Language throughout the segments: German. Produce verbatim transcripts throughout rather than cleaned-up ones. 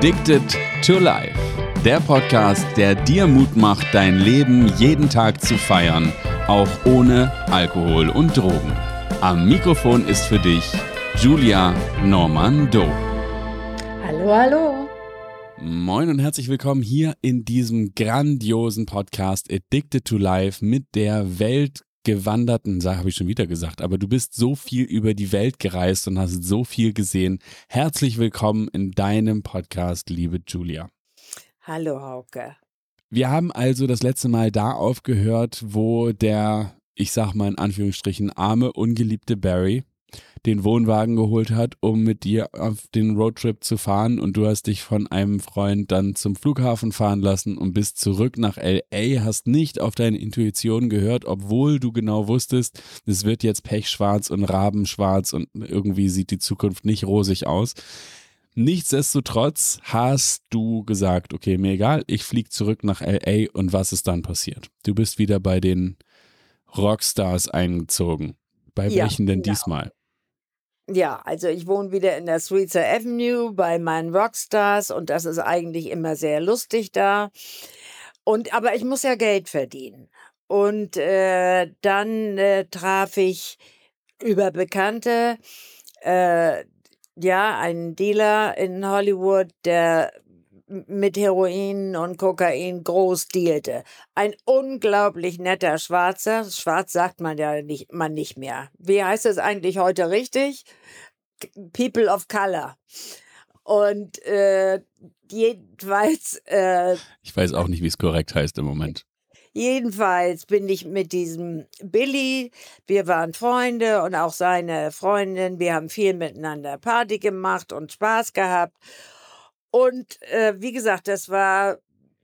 Addicted to Life, der Podcast, der dir Mut macht, dein Leben jeden Tag zu feiern, auch ohne Alkohol und Drogen. Am Mikrofon ist für dich Julia Normando. Hallo, hallo. Moin und herzlich willkommen hier in diesem grandiosen Podcast Addicted to Life mit der weltgewanderten, habe ich schon wieder gesagt, aber du bist so viel über die Welt gereist und hast so viel gesehen. Herzlich willkommen in deinem Podcast, liebe Julia. Hallo, Hauke. Wir haben also das letzte Mal da aufgehört, wo der, ich sag mal in Anführungsstrichen, arme, ungeliebte Barry den Wohnwagen geholt hat, um mit dir auf den Roadtrip zu fahren, und du hast dich von einem Freund dann zum Flughafen fahren lassen und bist zurück nach L A, hast nicht auf deine Intuition gehört, obwohl du genau wusstest, es wird jetzt pechschwarz und rabenschwarz und irgendwie sieht die Zukunft nicht rosig aus. Nichtsdestotrotz hast du gesagt, okay, mir egal, ich fliege zurück nach L A, und was ist dann passiert? Du bist wieder bei den Rockstars eingezogen. Bei Ja, welchen denn genau. diesmal? Ja, also ich wohne wieder in der Sweetser Avenue bei meinen Rockstars und das ist eigentlich immer sehr lustig da. Und aber ich muss ja Geld verdienen. Und äh, dann äh, traf ich über Bekannte äh, ja einen Dealer in Hollywood, der m- mit Heroin und Kokain groß dealte. Ein unglaublich netter Schwarzer. Schwarz sagt man ja nicht, man nicht mehr. Wie heißt es eigentlich heute richtig? People of Color. Und äh, jedenfalls, äh, Ich weiß auch nicht, wie es korrekt heißt im Moment. jedenfalls bin ich mit diesem Billy, wir waren Freunde und auch seine Freundin, wir haben viel miteinander Party gemacht und Spaß gehabt. Und äh, wie gesagt, das war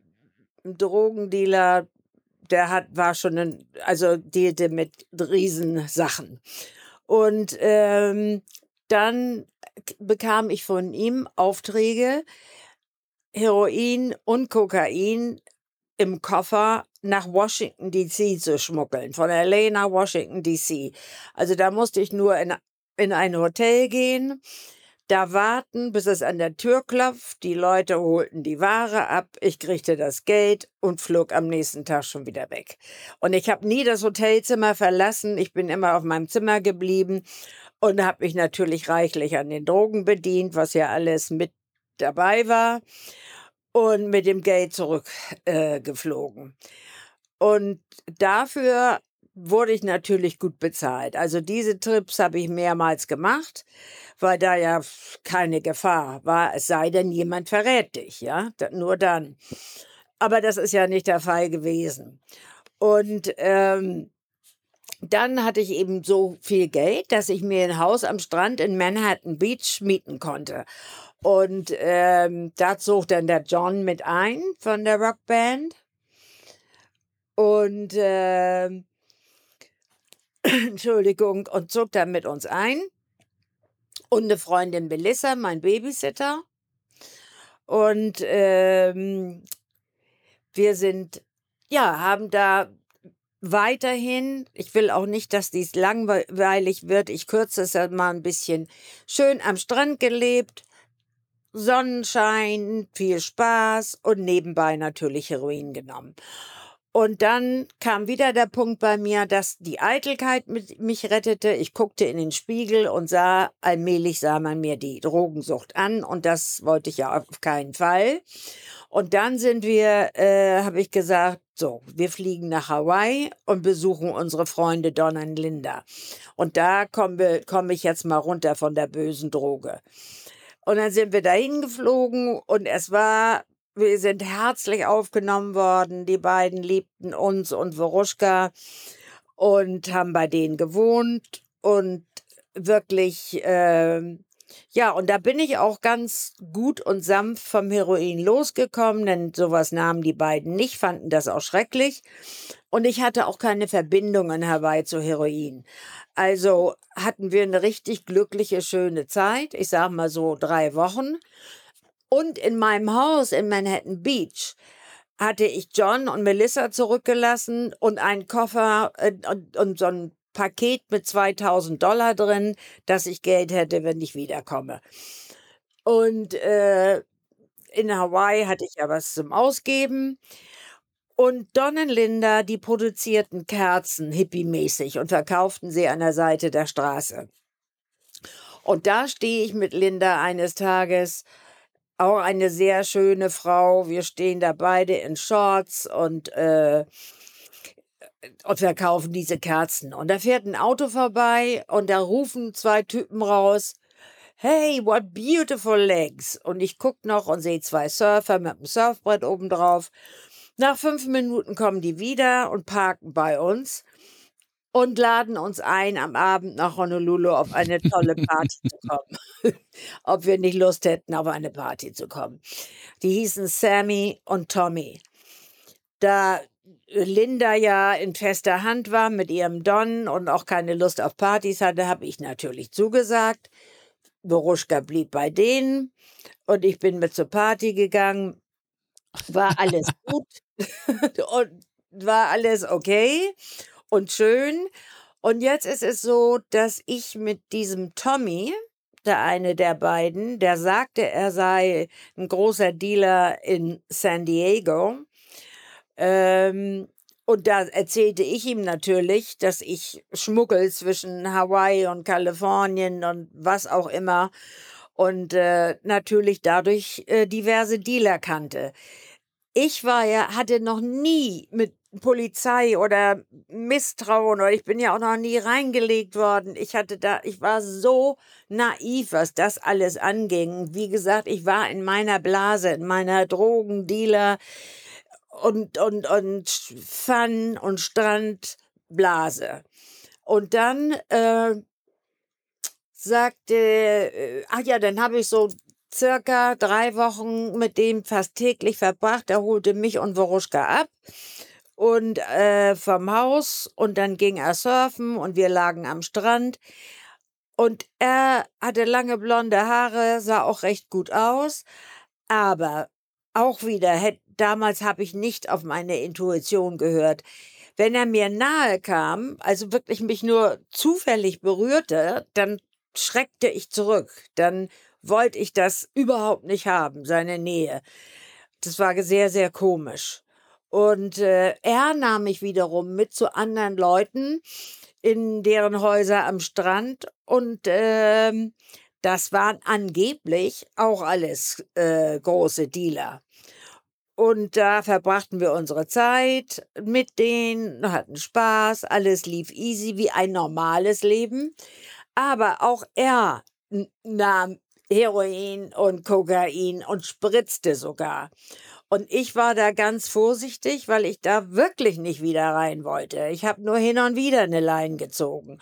ein Drogendealer, der hat, war schon ein, also dealte mit Riesensachen. Und ähm, dann k- bekam ich von ihm Aufträge, Heroin und Kokain im Koffer nach Washington D C zu schmuggeln, von L A nach Washington D C. Also da musste ich nur in, in ein Hotel gehen, da warten, bis es an der Tür klopft. Die Leute holten die Ware ab, ich kriegte das Geld und flog am nächsten Tag schon wieder weg. Und ich habe nie das Hotelzimmer verlassen, ich bin immer auf meinem Zimmer geblieben und habe mich natürlich reichlich an den Drogen bedient, was ja alles mit dabei war, und mit dem Geld zurückgeflogen. Äh, geflogen. Und dafür wurde ich natürlich gut bezahlt. Also diese Trips habe ich mehrmals gemacht, weil da ja keine Gefahr war, es sei denn, jemand verrät dich, ja, Da- nur dann. Aber das ist ja nicht der Fall gewesen. Und ähm, dann hatte ich eben so viel Geld, dass ich mir ein Haus am Strand in Manhattan Beach mieten konnte. Und ähm, da zog dann der John mit ein von der Rockband. Und ähm, Entschuldigung, und zog dann mit uns ein. Und eine Freundin Melissa, mein Babysitter. Und ähm, wir sind, ja, haben da weiterhin, ich will auch nicht, dass dies langweilig wird, ich kürze es ja mal ein bisschen, schön am Strand gelebt, Sonnenschein, viel Spaß und nebenbei natürlich Heroin genommen. Und dann kam wieder der Punkt bei mir, dass die Eitelkeit mit mich rettete. Ich guckte in den Spiegel und sah, allmählich sah man mir die Drogensucht an, und das wollte ich ja auf keinen Fall. Und dann sind wir, äh, habe ich gesagt, so, wir fliegen nach Hawaii und besuchen unsere Freunde Don und Linda. Und da komme wir, komme ich jetzt mal runter von der bösen Droge. Und dann sind wir dahin geflogen und es war, wir sind herzlich aufgenommen worden. Die beiden liebten uns und Veruschka und haben bei denen gewohnt und wirklich, ähm, ja, und da bin ich auch ganz gut und sanft vom Heroin losgekommen, denn sowas nahmen die beiden nicht, fanden das auch schrecklich. Und ich hatte auch keine Verbindung in Hawaii zu Heroin. Also hatten wir eine richtig glückliche, schöne Zeit. Ich sag mal so drei Wochen. Und in meinem Haus in Manhattan Beach hatte ich John und Melissa zurückgelassen und einen Koffer äh, und, und so ein Paket mit zweitausend Dollar drin, dass ich Geld hätte, wenn ich wiederkomme. Und äh, in Hawaii hatte ich ja was zum Ausgeben. Und Don und Linda, die produzierten Kerzen hippiemäßig und verkauften sie an der Seite der Straße. Und da stehe ich mit Linda eines Tages, auch eine sehr schöne Frau. Wir stehen da beide in Shorts und, äh, und verkaufen diese Kerzen. Und da fährt ein Auto vorbei und da rufen zwei Typen raus: Hey, what beautiful legs. Und ich gucke noch und sehe zwei Surfer mit dem Surfbrett obendrauf. Nach fünf Minuten kommen die wieder und parken bei uns und laden uns ein, am Abend nach Honolulu auf eine tolle Party zu kommen. Ob wir nicht Lust hätten, auf eine Party zu kommen. Die hießen Sammy und Tommy. Da Linda ja in fester Hand war mit ihrem Don und auch keine Lust auf Partys hatte, habe ich natürlich zugesagt. Veruschka blieb bei denen und ich bin mit zur Party gegangen. War alles gut und war alles okay und schön. Und jetzt ist es so, dass ich mit diesem Tommy, der eine der beiden, der sagte, er sei ein großer Dealer in San Diego. Ähm, und da erzählte ich ihm natürlich, dass ich schmuggel zwischen Hawaii und Kalifornien und was auch immer und äh, natürlich dadurch äh, diverse Dealer kannte. Ich war ja, hatte noch nie mit Polizei oder Misstrauen oder ich bin ja auch noch nie reingelegt worden. Ich hatte da, ich war so naiv, was das alles anging. Wie gesagt, ich war in meiner Blase, in meiner Drogendealer und, und, und Fun- und Strandblase. Und dann äh, sagte, äh, ach ja, dann habe ich so circa drei Wochen mit dem fast täglich verbracht. Er holte mich und Veruschka ab und äh, vom Haus und dann ging er surfen und wir lagen am Strand. Und er hatte lange blonde Haare, sah auch recht gut aus, aber auch wieder, hätt, damals habe ich nicht auf meine Intuition gehört. Wenn er mir nahe kam, also wirklich mich nur zufällig berührte, dann schreckte ich zurück. Dann wollte ich das überhaupt nicht haben, seine Nähe. Das war sehr, sehr komisch. Und äh, er nahm mich wiederum mit zu anderen Leuten in deren Häuser am Strand. Und ähm, das waren angeblich auch alles äh, große Dealer. Und da verbrachten wir unsere Zeit mit denen, hatten Spaß, alles lief easy wie ein normales Leben. Aber auch er n- nahm Heroin und Kokain und spritzte sogar. Und ich war da ganz vorsichtig, weil ich da wirklich nicht wieder rein wollte. Ich habe nur hin und wieder eine Leine gezogen.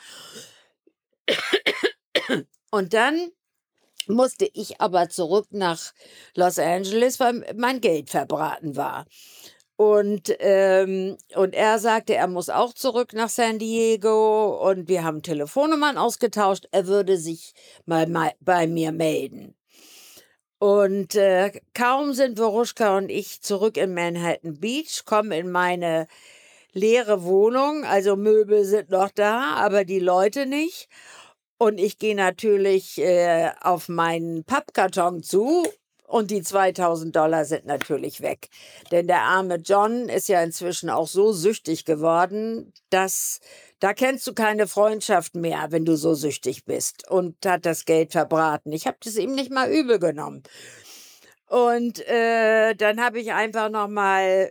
Und dann musste ich aber zurück nach Los Angeles, weil mein Geld verbraten war. Und, ähm, und er sagte, er muss auch zurück nach San Diego und wir haben Telefonnummern ausgetauscht. Er würde sich mal, mal bei mir melden. Und äh, kaum sind Veruschka und ich zurück in Manhattan Beach, kommen in meine leere Wohnung. Also Möbel sind noch da, aber die Leute nicht. Und ich gehe natürlich äh, auf meinen Pappkarton zu und die zweitausend Dollar sind natürlich weg. Denn der arme John ist ja inzwischen auch so süchtig geworden, dass da kennst du keine Freundschaft mehr, wenn du so süchtig bist und hat das Geld verbraten. Ich habe das ihm nicht mal übel genommen. Und äh, dann habe ich einfach noch mal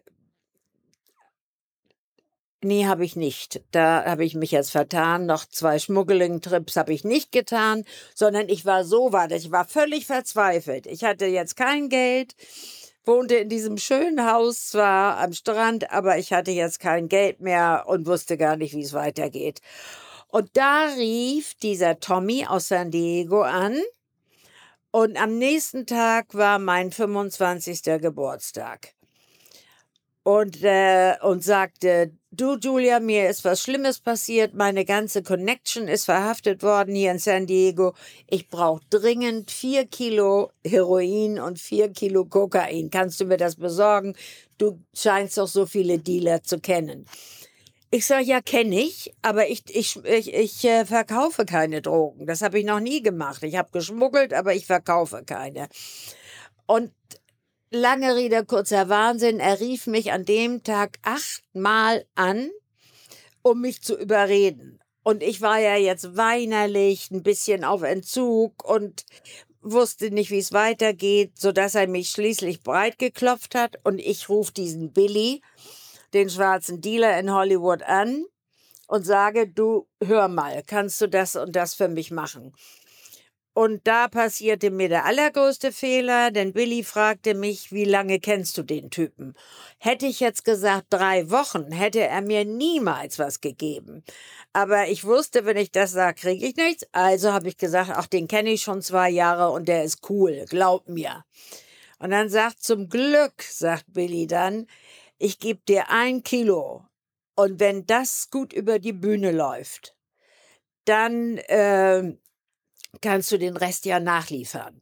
Nee, habe ich nicht. Da habe ich mich jetzt vertan. Noch zwei Schmuggling-Trips habe ich nicht getan, sondern ich war so weit, ich war völlig verzweifelt. Ich hatte jetzt kein Geld, wohnte in diesem schönen Haus zwar am Strand, aber ich hatte jetzt kein Geld mehr und wusste gar nicht, wie es weitergeht. Und da rief dieser Tommy aus San Diego an und am nächsten Tag war mein fünfundzwanzigster Geburtstag. Und, äh, und sagte, du Julia, mir ist was Schlimmes passiert, meine ganze Connection ist verhaftet worden hier in San Diego. Ich brauche dringend vier Kilo Heroin und vier Kilo Kokain. Kannst du mir das besorgen? Du scheinst doch so viele Dealer zu kennen. Ich sage, ja, kenne ich, aber ich, ich, ich, ich äh, verkaufe keine Drogen. Das habe ich noch nie gemacht. Ich habe geschmuggelt, aber ich verkaufe keine. Und lange Rede, kurzer Wahnsinn. Er rief mich an dem Tag achtmal an, um mich zu überreden. Und ich war ja jetzt weinerlich, ein bisschen auf Entzug und wusste nicht, wie es weitergeht, sodass er mich schließlich breit geklopft hat. Und ich rufe diesen Billy, den schwarzen Dealer in Hollywood, an und sage, du, hör mal, kannst du das und das für mich machen? Und da passierte mir der allergrößte Fehler, denn Billy fragte mich, wie lange kennst du den Typen? Hätte ich jetzt gesagt, drei Wochen, hätte er mir niemals was gegeben. Aber ich wusste, wenn ich das sage, kriege ich nichts. Also habe ich gesagt, ach, den kenne ich schon zwei Jahre und der ist cool, glaub mir. Und dann sagt, zum Glück, sagt Billy dann, ich gebe dir ein Kilo. Und wenn das gut über die Bühne läuft, dann äh, kannst du den Rest ja nachliefern.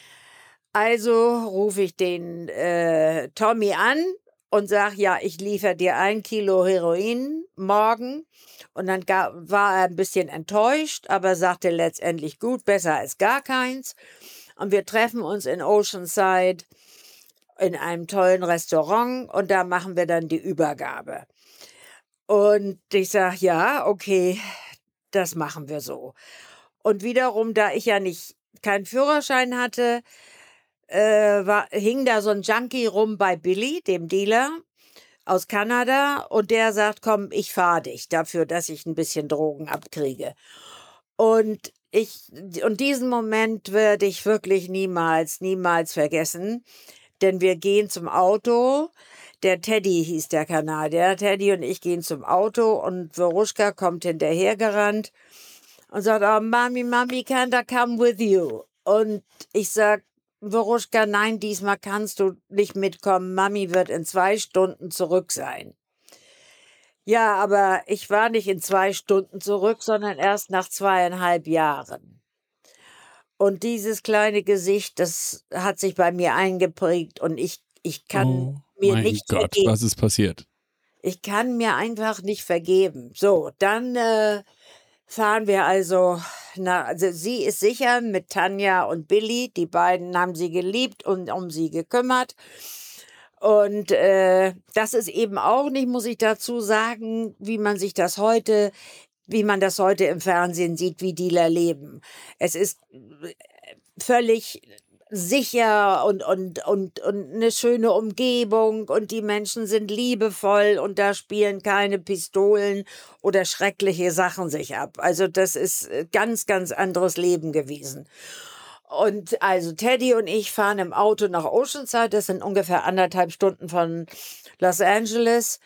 Also rufe ich den äh, Tommy an und sage, ja, ich liefere dir ein Kilo Heroin morgen. Und dann gar, war er ein bisschen enttäuscht, aber sagte letztendlich, gut, besser als gar keins. Und wir treffen uns in Oceanside in einem tollen Restaurant und da machen wir dann die Übergabe. Und ich sage, ja, okay, das machen wir so. Und wiederum, da ich ja nicht keinen Führerschein hatte, äh, war, hing da so ein Junkie rum bei Billy, dem Dealer aus Kanada. Und der sagt, komm, ich fahre dich dafür, dass ich ein bisschen Drogen abkriege. Und ich, und diesen Moment werde ich wirklich niemals, niemals vergessen. Denn wir gehen zum Auto. Der Teddy hieß der Kanadier. Teddy und ich gehen zum Auto und Veruschka kommt hinterhergerannt und sagt, oh, Mami, Mami, can I come with you? Und ich sag, Veruschka, nein, diesmal kannst du nicht mitkommen. Mami wird in zwei Stunden zurück sein. Ja, aber ich war nicht in zwei Stunden zurück, sondern erst nach zweieinhalb Jahren. Und dieses kleine Gesicht, das hat sich bei mir eingeprägt und ich, ich kann Oh mir mein nicht Gott, vergeben. was ist passiert? Ich kann mir einfach nicht vergeben. So, dann äh, fahren wir also, na, also sie ist sicher mit Tanja und Billy. Die beiden haben sie geliebt und um sie gekümmert. Und äh, das ist eben auch nicht, muss ich dazu sagen, wie man sich das heute, wie man das heute im Fernsehen sieht, wie Dealer leben. Es ist völlig sicher und, und, und, und eine schöne Umgebung und die Menschen sind liebevoll und da spielen keine Pistolen oder schreckliche Sachen sich ab. Also das ist ganz, ganz anderes Leben gewesen. Und also Teddy und ich fahren im Auto nach Oceanside, das sind ungefähr anderthalb Stunden von Los Angeles.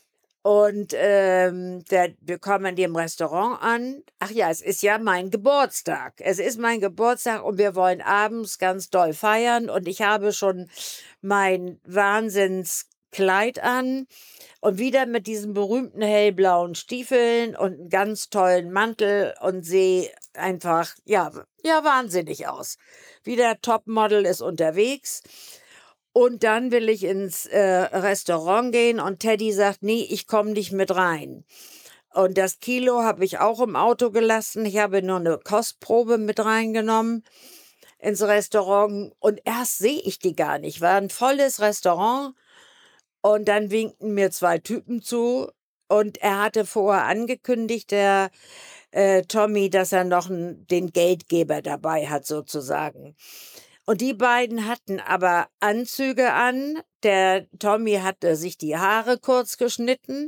Und ähm, der, wir kommen in dem Restaurant an. Ach ja, es ist ja mein Geburtstag. Es ist mein Geburtstag und wir wollen abends ganz doll feiern. Und ich habe schon mein Wahnsinnskleid an und wieder mit diesen berühmten hellblauen Stiefeln und einen ganz tollen Mantel und sehe einfach, ja, ja, wahnsinnig aus. Wieder Topmodel ist unterwegs. Und dann will ich ins äh, Restaurant gehen und Teddy sagt, nee, ich komme nicht mit rein. Und das Kilo habe ich auch im Auto gelassen. Ich habe nur eine Kostprobe mit reingenommen ins Restaurant und erst sehe ich die gar nicht. War ein volles Restaurant und dann winkten mir zwei Typen zu und er hatte vorher angekündigt, der äh, Tommy, dass er noch einen, den Geldgeber dabei hat sozusagen. Und die beiden hatten aber Anzüge an. Der Tommy hatte sich die Haare kurz geschnitten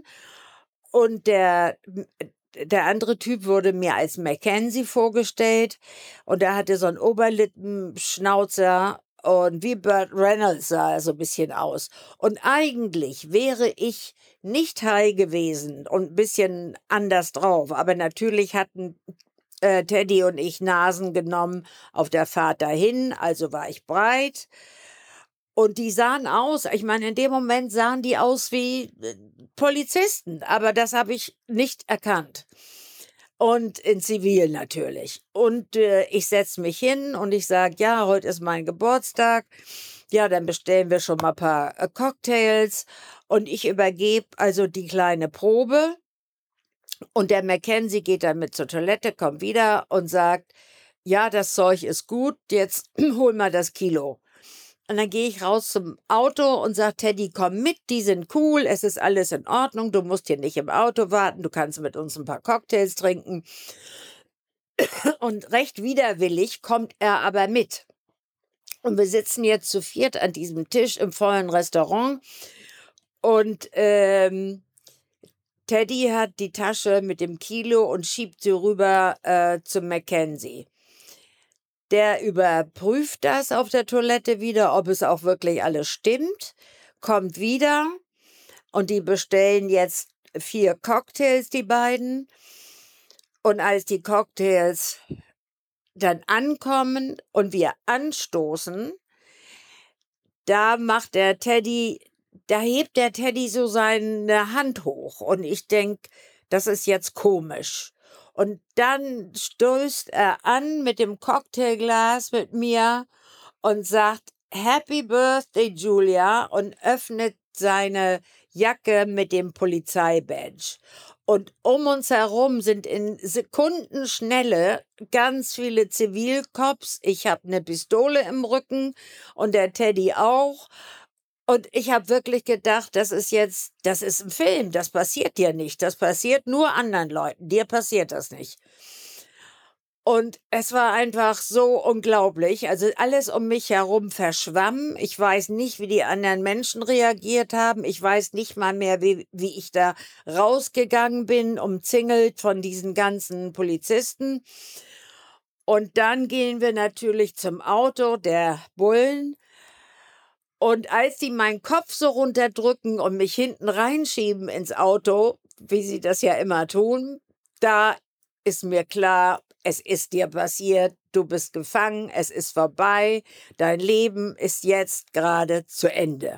und der, der andere Typ wurde mir als Mackenzie vorgestellt und er hatte so einen Oberlippenschnauzer und wie Burt Reynolds sah er so ein bisschen aus. Und eigentlich wäre ich nicht high gewesen und ein bisschen anders drauf, aber natürlich hatten Äh, Teddy und ich Nasen genommen auf der Fahrt dahin, also war ich breit. Und die sahen aus, ich meine, in dem Moment sahen die aus wie äh, Polizisten, aber das habe ich nicht erkannt. Und in Zivil natürlich. Und äh, ich setze mich hin und ich sage, ja, heute ist mein Geburtstag. Ja, dann bestellen wir schon mal ein paar äh, Cocktails. Und ich übergebe also die kleine Probe. Und der Mackenzie geht dann mit zur Toilette, kommt wieder und sagt, ja, das Zeug ist gut, jetzt hol mal das Kilo. Und dann gehe ich raus zum Auto und sage, Teddy, komm mit, die sind cool, es ist alles in Ordnung, du musst hier nicht im Auto warten, du kannst mit uns ein paar Cocktails trinken. Und recht widerwillig kommt er aber mit. Und wir sitzen jetzt zu viert an diesem Tisch im vollen Restaurant. Und ähm, Teddy hat die Tasche mit dem Kilo und schiebt sie rüber äh, zum Mackenzie. Der überprüft das auf der Toilette wieder, ob es auch wirklich alles stimmt, kommt wieder und die bestellen jetzt vier Cocktails, die beiden. Und als die Cocktails dann ankommen und wir anstoßen, da macht der Teddy, da hebt der Teddy so seine Hand hoch und ich denke, das ist jetzt komisch. Und dann stößt er an mit dem Cocktailglas mit mir und sagt, Happy Birthday, Julia, und öffnet seine Jacke mit dem Polizeibadge. Und um uns herum sind in Sekundenschnelle ganz viele Zivilcops. Ich habe eine Pistole im Rücken und der Teddy auch. Und ich habe wirklich gedacht, das ist jetzt, das ist ein Film, das passiert dir nicht. Das passiert nur anderen Leuten, dir passiert das nicht. Und es war einfach so unglaublich. Also alles um mich herum verschwamm. Ich weiß nicht, wie die anderen Menschen reagiert haben. Ich weiß nicht mal mehr, wie, wie ich da rausgegangen bin, umzingelt von diesen ganzen Polizisten. Und dann gehen wir natürlich zum Auto der Bullen. Und als die meinen Kopf so runterdrücken und mich hinten reinschieben ins Auto, wie sie das ja immer tun, da ist mir klar, es ist dir passiert, du bist gefangen, es ist vorbei, dein Leben ist jetzt gerade zu Ende.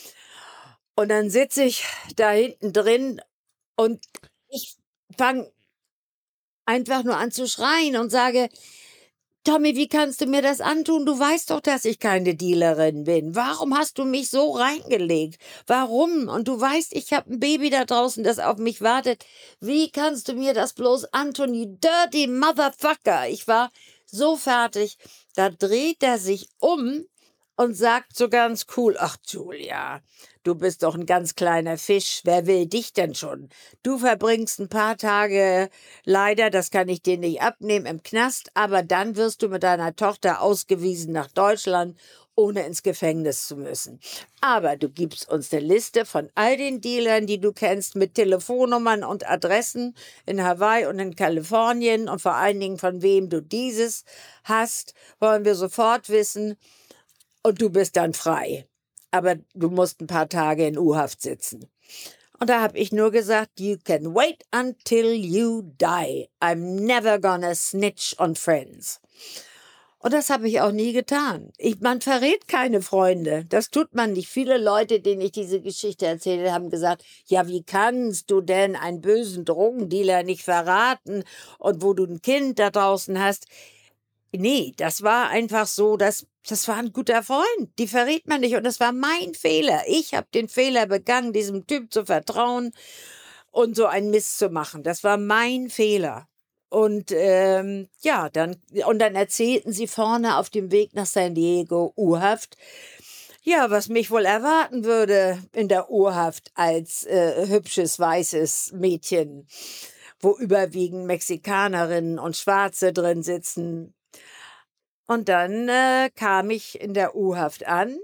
Und dann sitze ich da hinten drin und ich fange einfach nur an zu schreien und sage, Tommy, wie kannst du mir das antun? Du weißt doch, dass ich keine Dealerin bin. Warum hast du mich so reingelegt? Warum? Und du weißt, ich habe ein Baby da draußen, das auf mich wartet. Wie kannst du mir das bloß antun, you dirty motherfucker? Ich war so fertig. Da dreht er sich um und sagt so ganz cool, ach Julia, du bist doch ein ganz kleiner Fisch, wer will dich denn schon? Du verbringst ein paar Tage, leider, das kann ich dir nicht abnehmen, im Knast, aber dann wirst du mit deiner Tochter ausgewiesen nach Deutschland, ohne ins Gefängnis zu müssen. Aber du gibst uns eine Liste von all den Dealern, die du kennst, mit Telefonnummern und Adressen in Hawaii und in Kalifornien und vor allen Dingen von wem du dieses hast, wollen wir sofort wissen. Und du bist dann frei. Aber du musst ein paar Tage in U-Haft sitzen. Und da habe ich nur gesagt, you can wait until you die. I'm never gonna snitch on friends. Und das habe ich auch nie getan. Ich, man verrät keine Freunde. Das tut man nicht. Viele Leute, denen ich diese Geschichte erzähle, haben gesagt, ja, wie kannst du denn einen bösen Drogendealer nicht verraten? Und wo du ein Kind da draußen hast. Nee, das war einfach so, dass das war ein guter Freund, die verrät man nicht und das war mein Fehler. Ich habe den Fehler begangen, diesem Typ zu vertrauen und so einen Mist zu machen. Das war mein Fehler. Und ähm, ja, dann und dann erzählten sie vorne auf dem Weg nach San Diego U-Haft, ja, was mich wohl erwarten würde in der U-Haft als äh, hübsches weißes Mädchen, wo überwiegend Mexikanerinnen und Schwarze drin sitzen. Und dann äh, kam ich in der U-Haft an.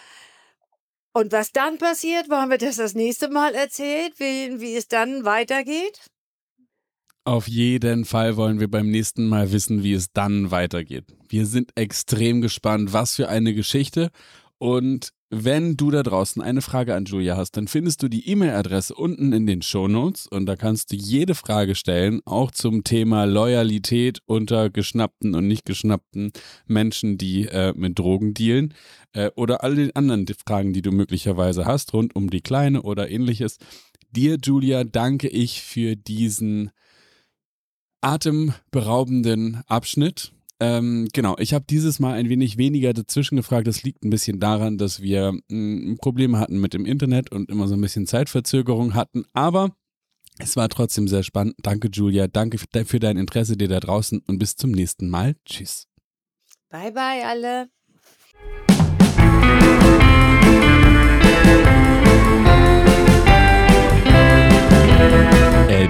Und was dann passiert, wollen wir das das nächste Mal erzählen, wie, wie es dann weitergeht? Auf jeden Fall wollen wir beim nächsten Mal wissen, wie es dann weitergeht. Wir sind extrem gespannt, was für eine Geschichte. Und wenn du da draußen eine Frage an Julia hast, dann findest du die E-Mail-Adresse unten in den Shownotes und da kannst du jede Frage stellen, auch zum Thema Loyalität unter geschnappten und nicht geschnappten Menschen, die äh, mit Drogen dealen äh, oder all den anderen Fragen, die du möglicherweise hast, rund um die Kleine oder ähnliches. Dir, Julia, danke ich für diesen atemberaubenden Abschnitt. Ähm, genau, ich habe dieses Mal ein wenig weniger dazwischen gefragt. Das liegt ein bisschen daran, dass wir mh, Probleme hatten mit dem Internet und immer so ein bisschen Zeitverzögerung hatten. Aber es war trotzdem sehr spannend. Danke, Julia. Danke für, für dein Interesse dir da draußen und bis zum nächsten Mal. Tschüss. Bye, bye, alle.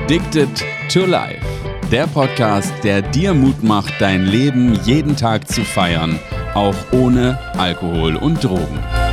Addicted to Life. Der Podcast, der dir Mut macht, dein Leben jeden Tag zu feiern, auch ohne Alkohol und Drogen.